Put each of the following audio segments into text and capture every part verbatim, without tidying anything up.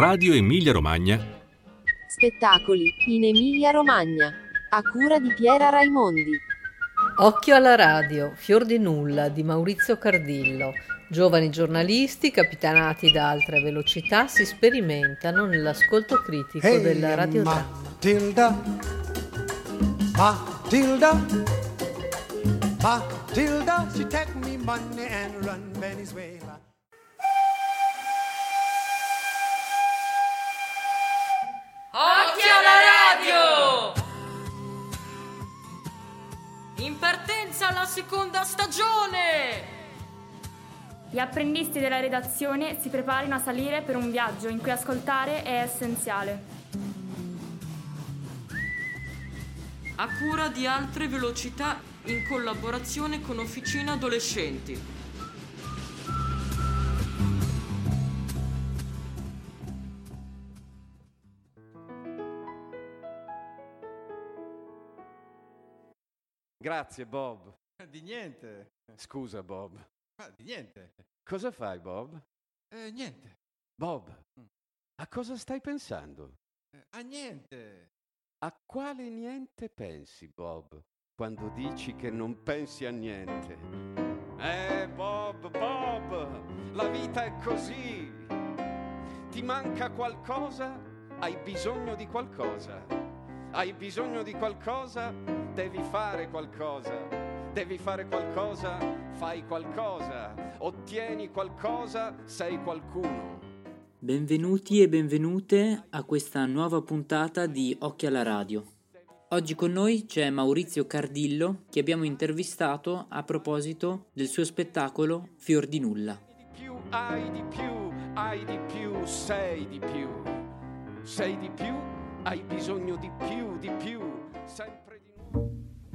Radio Emilia Romagna. Spettacoli in Emilia Romagna, a cura di Piera Raimondi. Occhio alla radio, Fior di nulla di Maurizio Cardillo. Giovani giornalisti, capitanati da altre velocità, si sperimentano nell'ascolto critico Hey, del radiodramma. Matilda, Matilda, Matilda, she take me money and run Venezuela. Occhio alla radio! In partenza la seconda stagione! Gli apprendisti della redazione si preparino a salire per un viaggio in cui ascoltare è essenziale. A cura di altre velocità in collaborazione con Officina Adolescenti. Grazie Bob. Di niente. Scusa Bob. Ah, di niente. Cosa fai Bob? Eh, niente. Bob, Mm. a cosa stai pensando? Eh, a niente. A quale niente pensi Bob quando dici che non pensi a niente? Eh Bob, Bob, la vita è così. Ti manca qualcosa? Hai bisogno di qualcosa. Hai bisogno di qualcosa? Devi fare qualcosa. Devi fare qualcosa? Fai qualcosa. Ottieni qualcosa? Sei qualcuno. Benvenuti e benvenute a questa nuova puntata di Occhio alla radio. Oggi con noi c'è Maurizio Cardillo, che abbiamo intervistato a proposito del suo spettacolo Fior di nulla. Di più, hai di più, hai di più, sei di più. Sei di più, hai bisogno di più, di più, sempre di nuovo.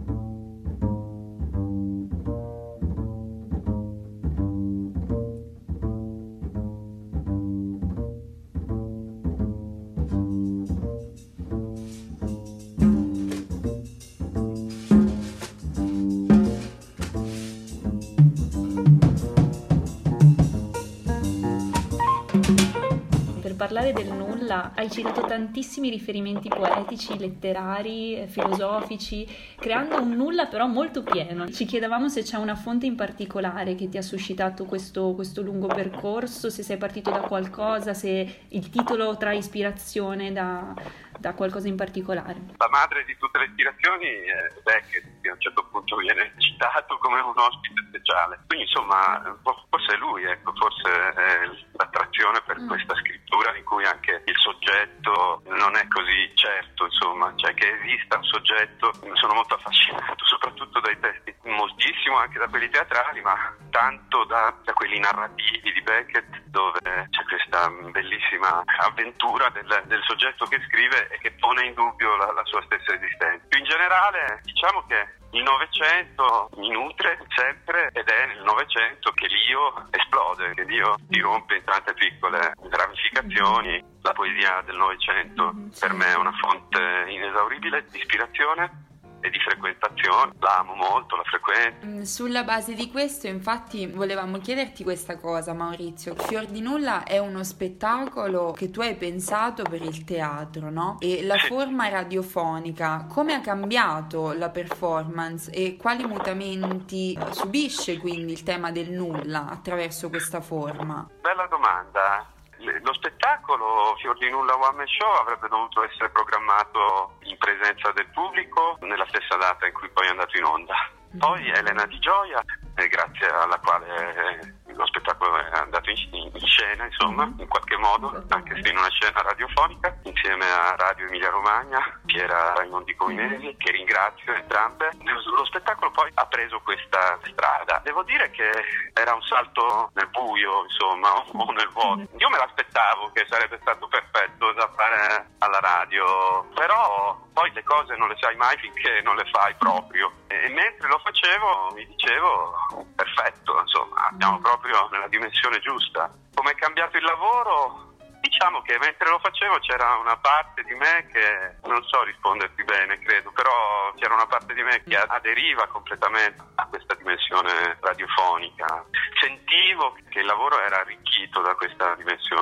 Parlare del nulla, hai citato tantissimi riferimenti poetici, letterari, filosofici, creando un nulla però molto pieno. Ci chiedevamo se c'è una fonte in particolare che ti ha suscitato questo, questo lungo percorso, se sei partito da qualcosa, se il titolo trae ispirazione da, da qualcosa in particolare. La madre di tutte le ispirazioni è Beckett, che a un certo punto viene citato come un ospite speciale. Quindi insomma, forse è lui, ecco, forse è l'attrazione per mm. questa scrittura in cui anche il soggetto non è così certo, insomma, cioè che esista un soggetto. Sono molto affascinato soprattutto dai testi, moltissimo anche da quelli teatrali, ma tanto da, da quelli narrativi di Beckett, dove c'è questa bellissima avventura del, del soggetto che scrive e che pone in dubbio la, la sua stessa esistenza. Più in generale, diciamo che il Novecento mi nutre sempre ed è nel Novecento che l'io esplode, che l'io si rompe in tante piccole ramificazioni. La poesia del Novecento per me è una fonte inesauribile di ispirazione e di frequentazione, la amo molto, la frequento. Sulla base di questo, infatti, volevamo chiederti questa cosa, Maurizio. Fior di nulla è uno spettacolo che tu hai pensato per il teatro, no? E la sì. forma radiofonica, come ha cambiato la performance e quali mutamenti subisce quindi il tema del nulla attraverso questa forma? Bella domanda. Lo spettacolo Fior di nulla One Man Show avrebbe dovuto essere programmato in presenza del pubblico nella stessa data in cui poi è andato in onda. Poi Elena Di Gioia, eh, grazie alla quale eh, lo spettacolo è andato in, in scena, insomma, in qualche modo, anche se in una scena radiofonica, insieme a Radio Emilia Romagna, Piera Raimondi Cominesi, che ringrazio entrambe. Lo spettacolo poi ha preso questa strada. Devo dire che era un salto nel buio, insomma, o nel vuoto. Io me l'aspettavo che sarebbe stato perfetto da fare alla radio, però poi le cose non le sai mai finché non le fai proprio. E mentre lo facevo mi dicevo perfetto, insomma, siamo proprio nella dimensione giusta. Come è cambiato il lavoro? Diciamo che mentre lo facevo c'era una parte di me che, non so risponderti bene, credo, però c'era una parte di me che aderiva completamente a questa dimensione radiofonica. Sentivo che il lavoro era arricchito da questa dimensione.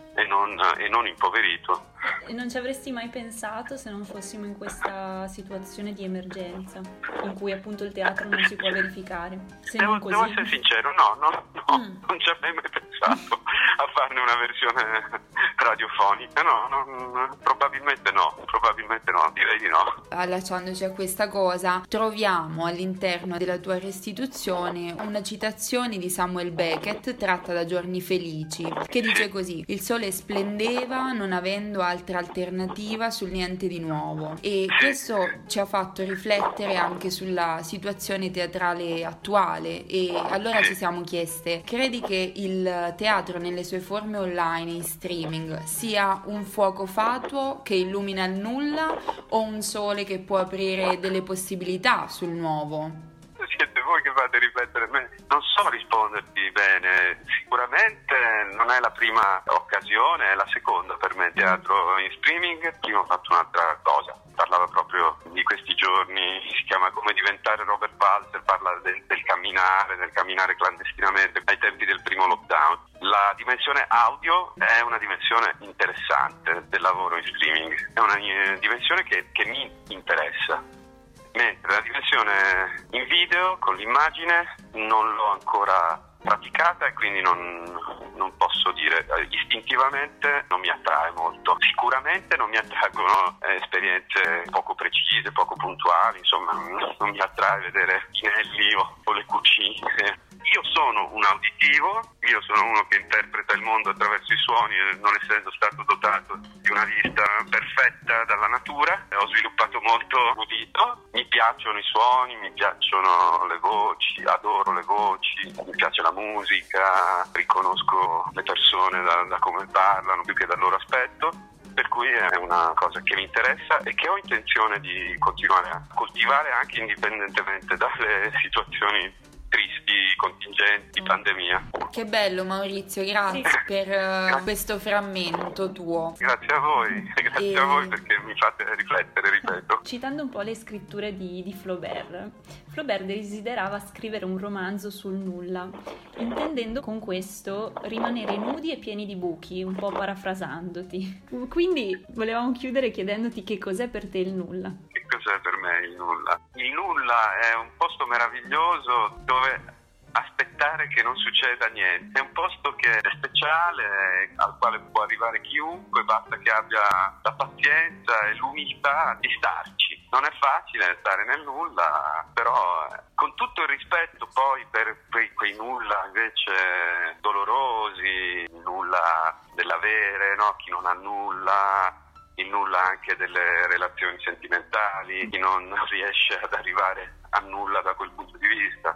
e non, e non impoverito. E non ci avresti mai pensato se non fossimo in questa situazione di emergenza, in cui appunto il teatro non si può verificare? Se Devo, non così... devo essere sincero, no, no, no, Mm. non ci avrei mai pensato a farne una versione radiofonica, no, no, probabilmente no, probabilmente no, direi di no. Allacciandoci a questa cosa, troviamo all'interno della tua restituzione una citazione di Samuel Beckett tratta da Giorni Felici, che dice così: il sole splendeva non avendo altra alternativa sul niente di nuovo, e questo ci ha fatto riflettere anche sulla situazione teatrale attuale. E allora ci siamo chieste: credi che il teatro nelle sue forme online in streaming sia un fuoco fatuo che illumina il nulla o un sole che può aprire delle possibilità sul nuovo? Siete voi che fate riflettere me. Non so risponderti bene. Sicuramente non è la prima occasione, è la seconda per me teatro in streaming. Prima ho fatto un'altra cosa, parlava proprio di questi giorni, si chiama Come diventare Robert Walser, parla del, del camminare, del camminare clandestinamente ai tempi del primo lockdown. La dimensione audio è una dimensione interessante del lavoro in streaming, è una eh, dimensione che, che mi interessa. Mentre la dimensione in video con l'immagine non l'ho ancora praticata e quindi non, non posso dire, istintivamente non mi attrae molto. Sicuramente non mi attraggono eh, esperienze poco precise, poco puntuali, insomma non mi attrae vedere i Nelly o, o le cucine. Io sono un uditivo, io sono uno che interpreta il mondo attraverso i suoni, non essendo stato dotato di una vista perfetta dalla natura. Ho sviluppato molto l'udito, mi piacciono i suoni, mi piacciono le voci, adoro le voci, mi piace la musica, riconosco le persone da, da come parlano più che dal loro aspetto. Per cui è una cosa che mi interessa e che ho intenzione di continuare a coltivare anche indipendentemente dalle situazioni tristi, contingenti, pandemia. Che bello Maurizio, grazie sì. per uh, grazie. questo frammento tuo. Grazie a voi, grazie e... a voi perché mi fate riflettere, ripeto. Citando un po' le scritture di, di Flaubert, Flaubert desiderava scrivere un romanzo sul nulla, intendendo con questo rimanere nudi e pieni di buchi, un po' parafrasandoti. Quindi volevamo chiudere chiedendoti che cos'è per te il nulla. Che cos'è per me il nulla? Il nulla è un posto meraviglioso dove aspettare che non succeda niente. È un posto che è speciale, al quale può arrivare chiunque, basta che abbia la pazienza e l'umiltà di starci. Non è facile stare nel nulla, però con tutto il rispetto poi per quei, quei nulla invece dolorosi, il nulla dell'avere, no? Chi non ha nulla, il nulla anche delle relazioni sentimentali, chi non riesce ad arrivare a nulla da quel punto di vista.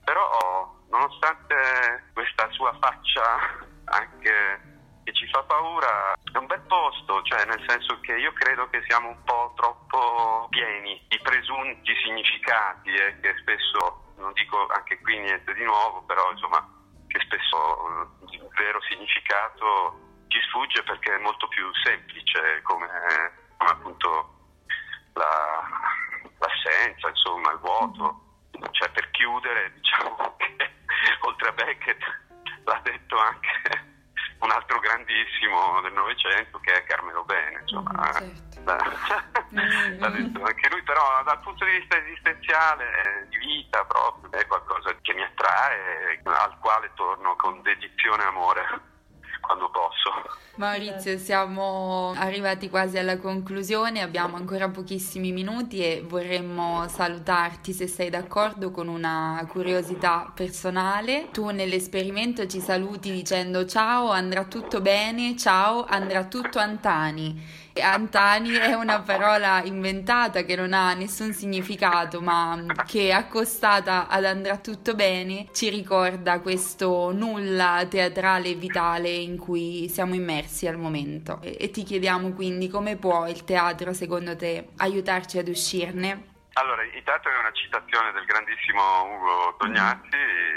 Però nonostante questa sua faccia anche che ci fa paura, è un bel posto, cioè nel senso che io credo che siamo un po' troppo pieni di presunti significati e eh, che spesso, non dico anche qui niente di nuovo, però insomma che spesso il vero significato ci sfugge perché è molto più semplice, come, come appunto la, l'assenza, insomma il vuoto. Cioè per chiudere diciamo che oltre a Beckett l'ha detto anche un altro grandissimo del Novecento che è Carmelo Bene, insomma mm, certo. L'ha detto anche lui, però dal punto di vista esistenziale, di vita proprio, è qualcosa che mi attrae, al quale torno con dedizione e amore quando posso. Maurizio, siamo arrivati quasi alla conclusione, abbiamo ancora pochissimi minuti e vorremmo salutarti, se sei d'accordo, con una curiosità personale. Tu nell'esperimento ci saluti dicendo ciao, andrà tutto bene, ciao, andrà tutto Antani. Antani è una parola inventata che non ha nessun significato, ma che accostata ad andrà tutto bene ci ricorda questo nulla teatrale e vitale in cui siamo immersi al momento. E, e ti chiediamo quindi come può il teatro secondo te aiutarci ad uscirne? Allora, il teatro è una citazione del grandissimo Ugo Tognazzi.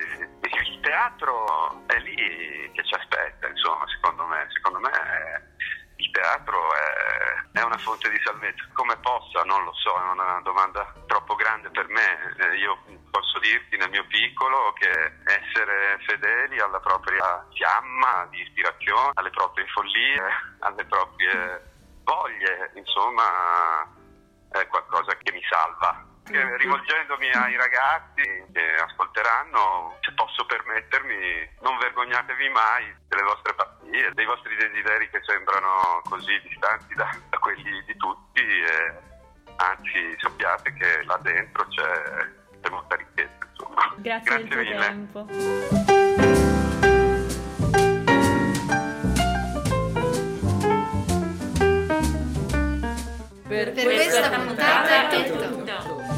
Il teatro è lì che ci aspetta, insomma, secondo me, secondo me è il teatro è, è una fonte di salvezza. Come possa, non lo so, è una domanda troppo grande per me. Eh, io posso dirti nel mio piccolo che essere fedeli alla propria fiamma di ispirazione, alle proprie follie, alle proprie voglie, insomma, è qualcosa che mi salva. Che, rivolgendomi ai ragazzi che ascolteranno, se posso permettermi, non vergognatevi mai delle vostre pazzie, dei vostri desideri che sembrano così distanti da, da quelli di tutti, e anzi sappiate che là dentro c'è, c'è molta ricchezza, insomma. Grazie, Grazie del tuo mille. tempo. Per, Per questa puntata è tutto.